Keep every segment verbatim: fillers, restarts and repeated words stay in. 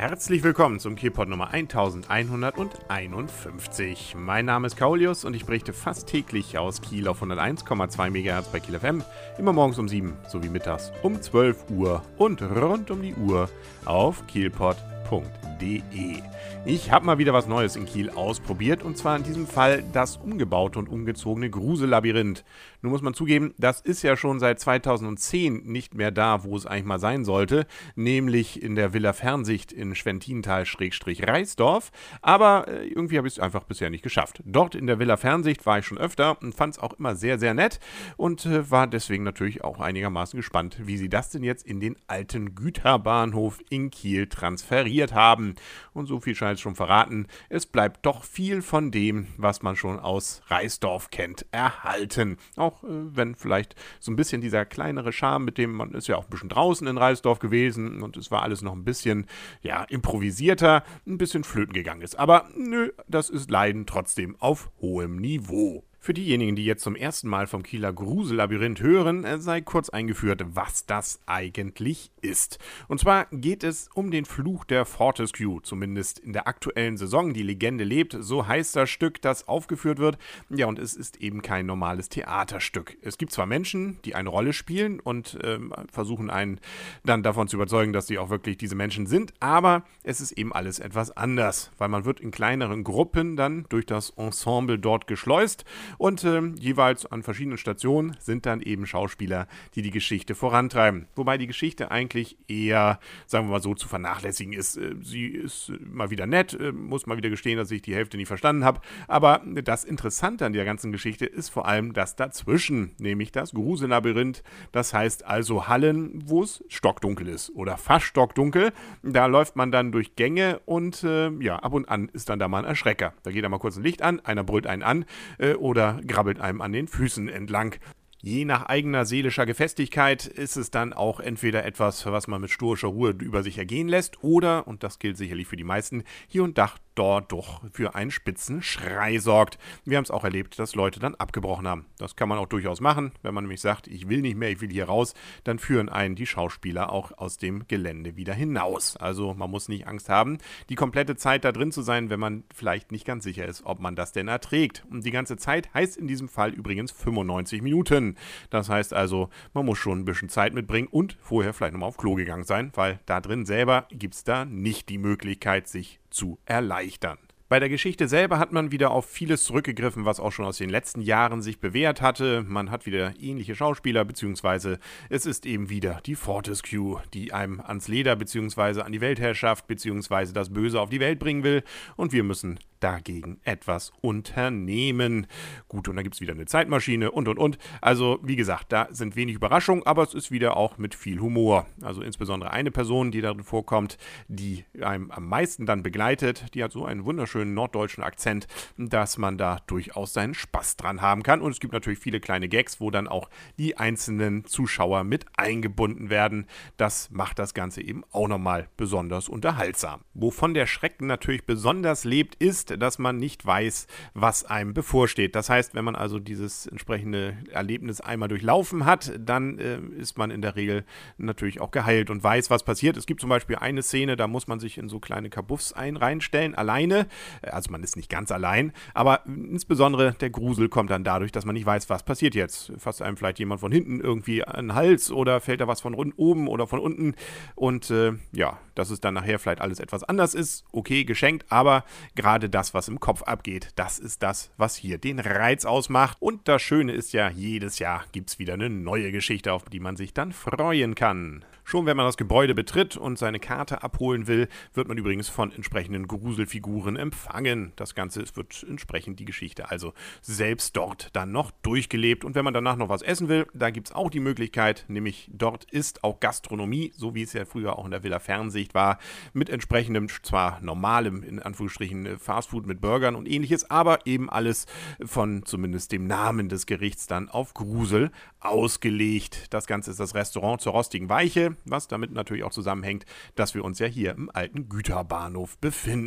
Herzlich willkommen zum Kielpot Nummer elfhunderteinundfünfzig. Mein Name ist Kaulius und ich berichte fast täglich aus Kiel auf hunderteins Komma zwei Megahertz bei Kiel F M, immer morgens um sieben sowie mittags um zwölf Uhr und rund um die Uhr auf kielpot punkt de. Ich habe mal wieder was Neues in Kiel ausprobiert und zwar in diesem Fall das umgebaute und umgezogene Grusellabyrinth. Nun muss man zugeben, das ist ja schon seit zweitausendzehn nicht mehr da, wo es eigentlich mal sein sollte, nämlich in der Villa Fernsicht in Schwentintal-Reisdorf, aber äh, irgendwie habe ich es einfach bisher nicht geschafft. Dort in der Villa Fernsicht war ich schon öfter und fand es auch immer sehr, sehr nett und äh, war deswegen natürlich auch einigermaßen gespannt, wie sie das denn jetzt in den alten Güterbahnhof in Kiel transferiert haben. Und so viel scheint es schon verraten, es bleibt doch viel von dem, was man schon aus Reisdorf kennt, erhalten. Auch äh, wenn vielleicht so ein bisschen dieser kleinere Charme, mit dem man ist ja auch ein bisschen draußen in Reisdorf gewesen und es war alles noch ein bisschen, ja, improvisierter, ein bisschen flöten gegangen ist. Aber nö, das ist Leiden trotzdem auf hohem Niveau. Für diejenigen, die jetzt zum ersten Mal vom Kieler Grusellabyrinth hören, sei kurz eingeführt, was das eigentlich ist. Und zwar geht es um den Fluch der Fortescue, zumindest in der aktuellen Saison. Die Legende lebt, so heißt das Stück, das aufgeführt wird. Ja, und es ist eben kein normales Theaterstück. Es gibt zwar Menschen, die eine Rolle spielen und äh, versuchen einen dann davon zu überzeugen, dass sie auch wirklich diese Menschen sind, aber es ist eben alles etwas anders, weil man wird in kleineren Gruppen dann durch das Ensemble dort geschleust. Und äh, jeweils an verschiedenen Stationen sind dann eben Schauspieler, die die Geschichte vorantreiben. Wobei die Geschichte eigentlich eher, sagen wir mal so, zu vernachlässigen ist. Äh, sie ist äh, mal wieder nett, äh, muss mal wieder gestehen, dass ich die Hälfte nicht verstanden habe. Aber das Interessante an der ganzen Geschichte ist vor allem das dazwischen, nämlich das Grusellabyrinth. Das heißt also Hallen, wo es stockdunkel ist oder fast stockdunkel. Da läuft man dann durch Gänge und äh, ja, ab und an ist dann da mal ein Erschrecker. Da geht da mal kurz ein Licht an, einer brüllt einen an äh, oder grabbelt einem an den Füßen entlang. Je nach eigener seelischer Gefestigkeit ist es dann auch entweder etwas, was man mit stoischer Ruhe über sich ergehen lässt oder, und das gilt sicherlich für die meisten, hier und da dort doch für einen spitzen Schrei sorgt. Wir haben es auch erlebt, dass Leute dann abgebrochen haben. Das kann man auch durchaus machen. Wenn man nämlich sagt, ich will nicht mehr, ich will hier raus, dann führen einen die Schauspieler auch aus dem Gelände wieder hinaus. Also man muss nicht Angst haben, die komplette Zeit da drin zu sein, wenn man vielleicht nicht ganz sicher ist, ob man das denn erträgt. Und die ganze Zeit heißt in diesem Fall übrigens fünfundneunzig Minuten. Das heißt also, man muss schon ein bisschen Zeit mitbringen und vorher vielleicht nochmal auf Klo gegangen sein, weil da drin selber gibt es da nicht die Möglichkeit, sich zu erleichtern. Bei der Geschichte selber hat man wieder auf vieles zurückgegriffen, was auch schon aus den letzten Jahren sich bewährt hatte. Man hat wieder ähnliche Schauspieler, beziehungsweise es ist eben wieder die Fortescue, die einem ans Leder, beziehungsweise an die Weltherrschaft, beziehungsweise das Böse auf die Welt bringen will. Und wir müssen dagegen etwas unternehmen. Gut, und dann gibt es wieder eine Zeitmaschine und, und, und. Also, wie gesagt, da sind wenig Überraschungen, aber es ist wieder auch mit viel Humor. Also insbesondere eine Person, die darin vorkommt, die einem am meisten dann begleitet, die hat so einen wunderschönen norddeutschen Akzent, dass man da durchaus seinen Spaß dran haben kann. Und es gibt natürlich viele kleine Gags, wo dann auch die einzelnen Zuschauer mit eingebunden werden. Das macht das Ganze eben auch nochmal besonders unterhaltsam. Wovon der Schrecken natürlich besonders lebt, ist, dass man nicht weiß, was einem bevorsteht. Das heißt, wenn man also dieses entsprechende Erlebnis einmal durchlaufen hat, dann äh, ist man in der Regel natürlich auch geheilt und weiß, was passiert. Es gibt zum Beispiel eine Szene, da muss man sich in so kleine Kabuffs ein reinstellen, alleine. Also man ist nicht ganz allein, aber insbesondere der Grusel kommt dann dadurch, dass man nicht weiß, was passiert jetzt. Fasst einem vielleicht jemand von hinten irgendwie an den Hals oder fällt da was von oben oder von unten und äh, ja, dass es dann nachher vielleicht alles etwas anders ist, okay, geschenkt, aber gerade das, was im Kopf abgeht, das ist das, was hier den Reiz ausmacht. Und das Schöne ist ja, jedes Jahr gibt es wieder eine neue Geschichte, auf die man sich dann freuen kann. Schon wenn man das Gebäude betritt und seine Karte abholen will, wird man übrigens von entsprechenden Gruselfiguren empfangen. Das Ganze wird entsprechend die Geschichte also selbst dort dann noch durchgelebt. Und wenn man danach noch was essen will, da gibt es auch die Möglichkeit, nämlich dort ist auch Gastronomie, so wie es ja früher auch in der Villa Fernsicht war, mit entsprechendem, zwar normalem, in Anführungsstrichen, Fastfood mit Burgern und ähnliches, aber eben alles von zumindest dem Namen des Gerichts dann auf Grusel ausgelegt. Das Ganze ist das Restaurant zur rostigen Weiche, was damit natürlich auch zusammenhängt, dass wir uns ja hier im alten Güterbahnhof befinden.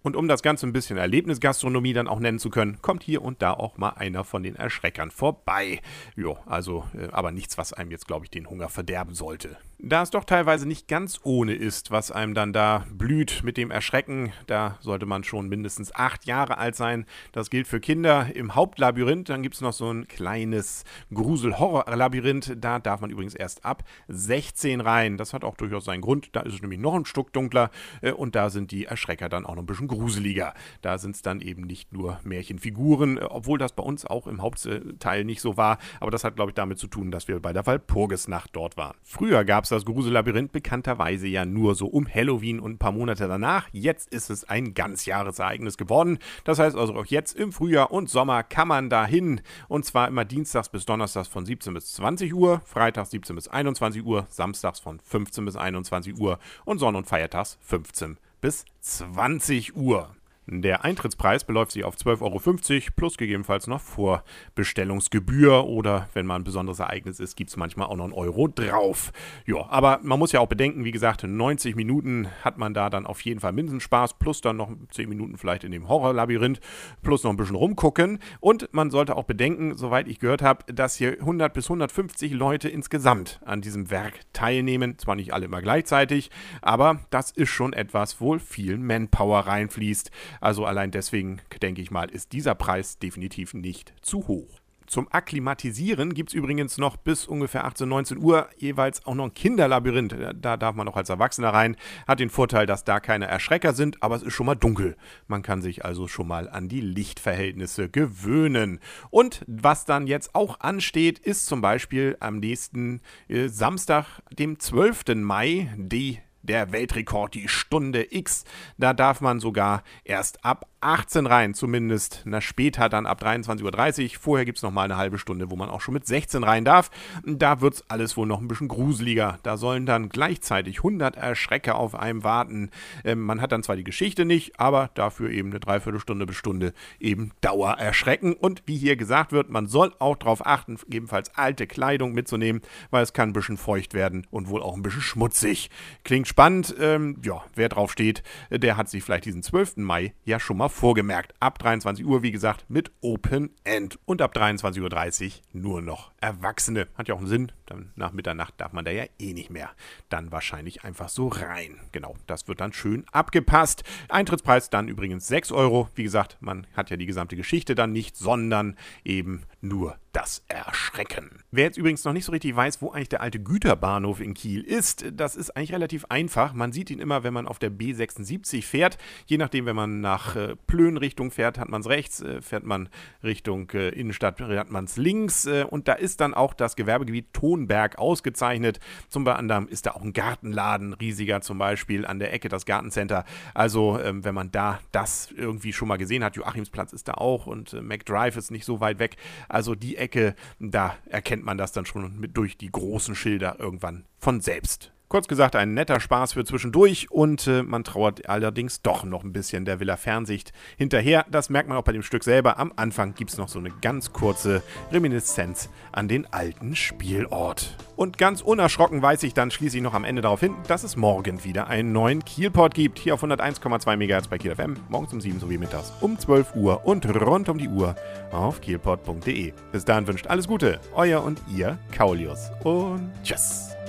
Und um das Ganze ein bisschen Erlebnisgastronomie dann auch nennen zu können, kommt hier und da auch mal einer von den Erschreckern vorbei. Jo, also, äh, aber nichts, was einem jetzt, glaube ich, den Hunger verderben sollte. Da es doch teilweise nicht ganz ohne ist, was einem dann da blüht mit dem Erschrecken, da sollte man schon mindestens acht Jahre alt sein. Das gilt für Kinder im Hauptlabyrinth. Dann gibt es noch so ein kleines Grusel-Horror-Labyrinth. Da darf man übrigens erst ab sechzehn rein. Das hat auch durchaus seinen Grund. Da ist es nämlich noch ein Stück dunkler äh, und da sind die Erschrecker dann auch noch ein bisschen gruseliger. Da sind es dann eben nicht nur Märchenfiguren, äh, obwohl das bei uns auch im Hauptteil nicht so war. Aber das hat, glaube ich, damit zu tun, dass wir bei der Walpurgisnacht dort waren. Früher gab es das Grusel-Labyrinth bekannterweise ja nur so um Halloween und ein paar Monate danach. Jetzt ist es ein Ganzjahresereignis geworden. Das heißt also auch jetzt im Frühjahr und Sommer kann man da hin. Und zwar immer dienstags bis donnerstags von siebzehn bis zwanzig Uhr, freitags siebzehn bis einundzwanzig Uhr, samstags von fünfzehn bis einundzwanzig Uhr und Sonn- und Feiertags fünfzehn bis zwanzig Uhr. Der Eintrittspreis beläuft sich auf zwölf Euro fünfzig plus gegebenenfalls noch Vorbestellungsgebühr oder wenn mal ein besonderes Ereignis ist, gibt es manchmal auch noch einen Euro drauf. Ja, aber man muss ja auch bedenken, wie gesagt, neunzig Minuten hat man da dann auf jeden Fall mindestens Spaß, plus dann noch zehn Minuten vielleicht in dem Horrorlabyrinth, plus noch ein bisschen rumgucken. Und man sollte auch bedenken, soweit ich gehört habe, dass hier hundert bis hundertfünfzig Leute insgesamt an diesem Werk teilnehmen. Zwar nicht alle immer gleichzeitig, aber das ist schon etwas, wo viel Manpower reinfließt. Also allein deswegen, denke ich mal, ist dieser Preis definitiv nicht zu hoch. Zum Akklimatisieren gibt es übrigens noch bis ungefähr achtzehn, neunzehn Uhr jeweils auch noch ein Kinderlabyrinth. Da darf man auch als Erwachsener rein. Hat den Vorteil, dass da keine Erschrecker sind, aber es ist schon mal dunkel. Man kann sich also schon mal an die Lichtverhältnisse gewöhnen. Und was dann jetzt auch ansteht, ist zum Beispiel am nächsten äh, Samstag, dem zwölften Mai, die der Weltrekord, die Stunde X. Da darf man sogar erst ab achtzehn rein, zumindest na, später dann ab dreiundzwanzig Uhr dreißig. Vorher gibt es nochmal eine halbe Stunde, wo man auch schon mit sechzehn rein darf. Da wird es alles wohl noch ein bisschen gruseliger. Da sollen dann gleichzeitig hundert Erschrecker auf einem warten. Ähm, man hat dann zwar die Geschichte nicht, aber dafür eben eine Dreiviertelstunde bis Stunde eben Dauererschrecken. Und wie hier gesagt wird, man soll auch darauf achten, ebenfalls alte Kleidung mitzunehmen, weil es kann ein bisschen feucht werden und wohl auch ein bisschen schmutzig. Klingt spannend. Ähm, ja, wer drauf steht, der hat sich vielleicht diesen zwölften Mai ja schon mal vorgemerkt. Ab dreiundzwanzig Uhr, wie gesagt, mit Open End. Und ab dreiundzwanzig Uhr dreißig nur noch Erwachsene. Hat ja auch einen Sinn. Dann nach Mitternacht darf man da ja eh nicht mehr. Dann wahrscheinlich einfach so rein. Genau, das wird dann schön abgepasst. Eintrittspreis dann übrigens sechs Euro. Wie gesagt, man hat ja die gesamte Geschichte dann nicht, sondern eben nur das Erschrecken. Wer jetzt übrigens noch nicht so richtig weiß, wo eigentlich der alte Güterbahnhof in Kiel ist, das ist eigentlich relativ einfach. Man sieht ihn immer, wenn man auf der B sechsundsiebzig fährt. Je nachdem, wenn man nach äh, Plön Richtung fährt, hat man es rechts. Äh, fährt man Richtung äh, Innenstadt, hat man es links. Äh, und da ist dann auch das Gewerbegebiet Tonberg ausgezeichnet. Zum anderen ist da auch ein Gartenladen, riesiger zum Beispiel, an der Ecke das Gartencenter. Also ähm, wenn man da das irgendwie schon mal gesehen hat, Joachimsplatz ist da auch und äh, McDrive ist nicht so weit weg. Also die Ecke, da erkennt man das dann schon mit durch die großen Schilder irgendwann von selbst. Kurz gesagt, ein netter Spaß für zwischendurch und äh, man trauert allerdings doch noch ein bisschen der Villa Fernsicht hinterher. Das merkt man auch bei dem Stück selber. Am Anfang gibt es noch so eine ganz kurze Reminiszenz an den alten Spielort. Und ganz unerschrocken weise ich dann schließlich noch am Ende darauf hin, dass es morgen wieder einen neuen Kielpot gibt. Hier auf hunderteins Komma zwei Megahertz bei Kiel F M. Morgens um sieben sowie mittags um zwölf Uhr und rund um die Uhr auf kielpot punkt de. Bis dahin wünscht alles Gute. Euer und ihr Kaulius. Und tschüss.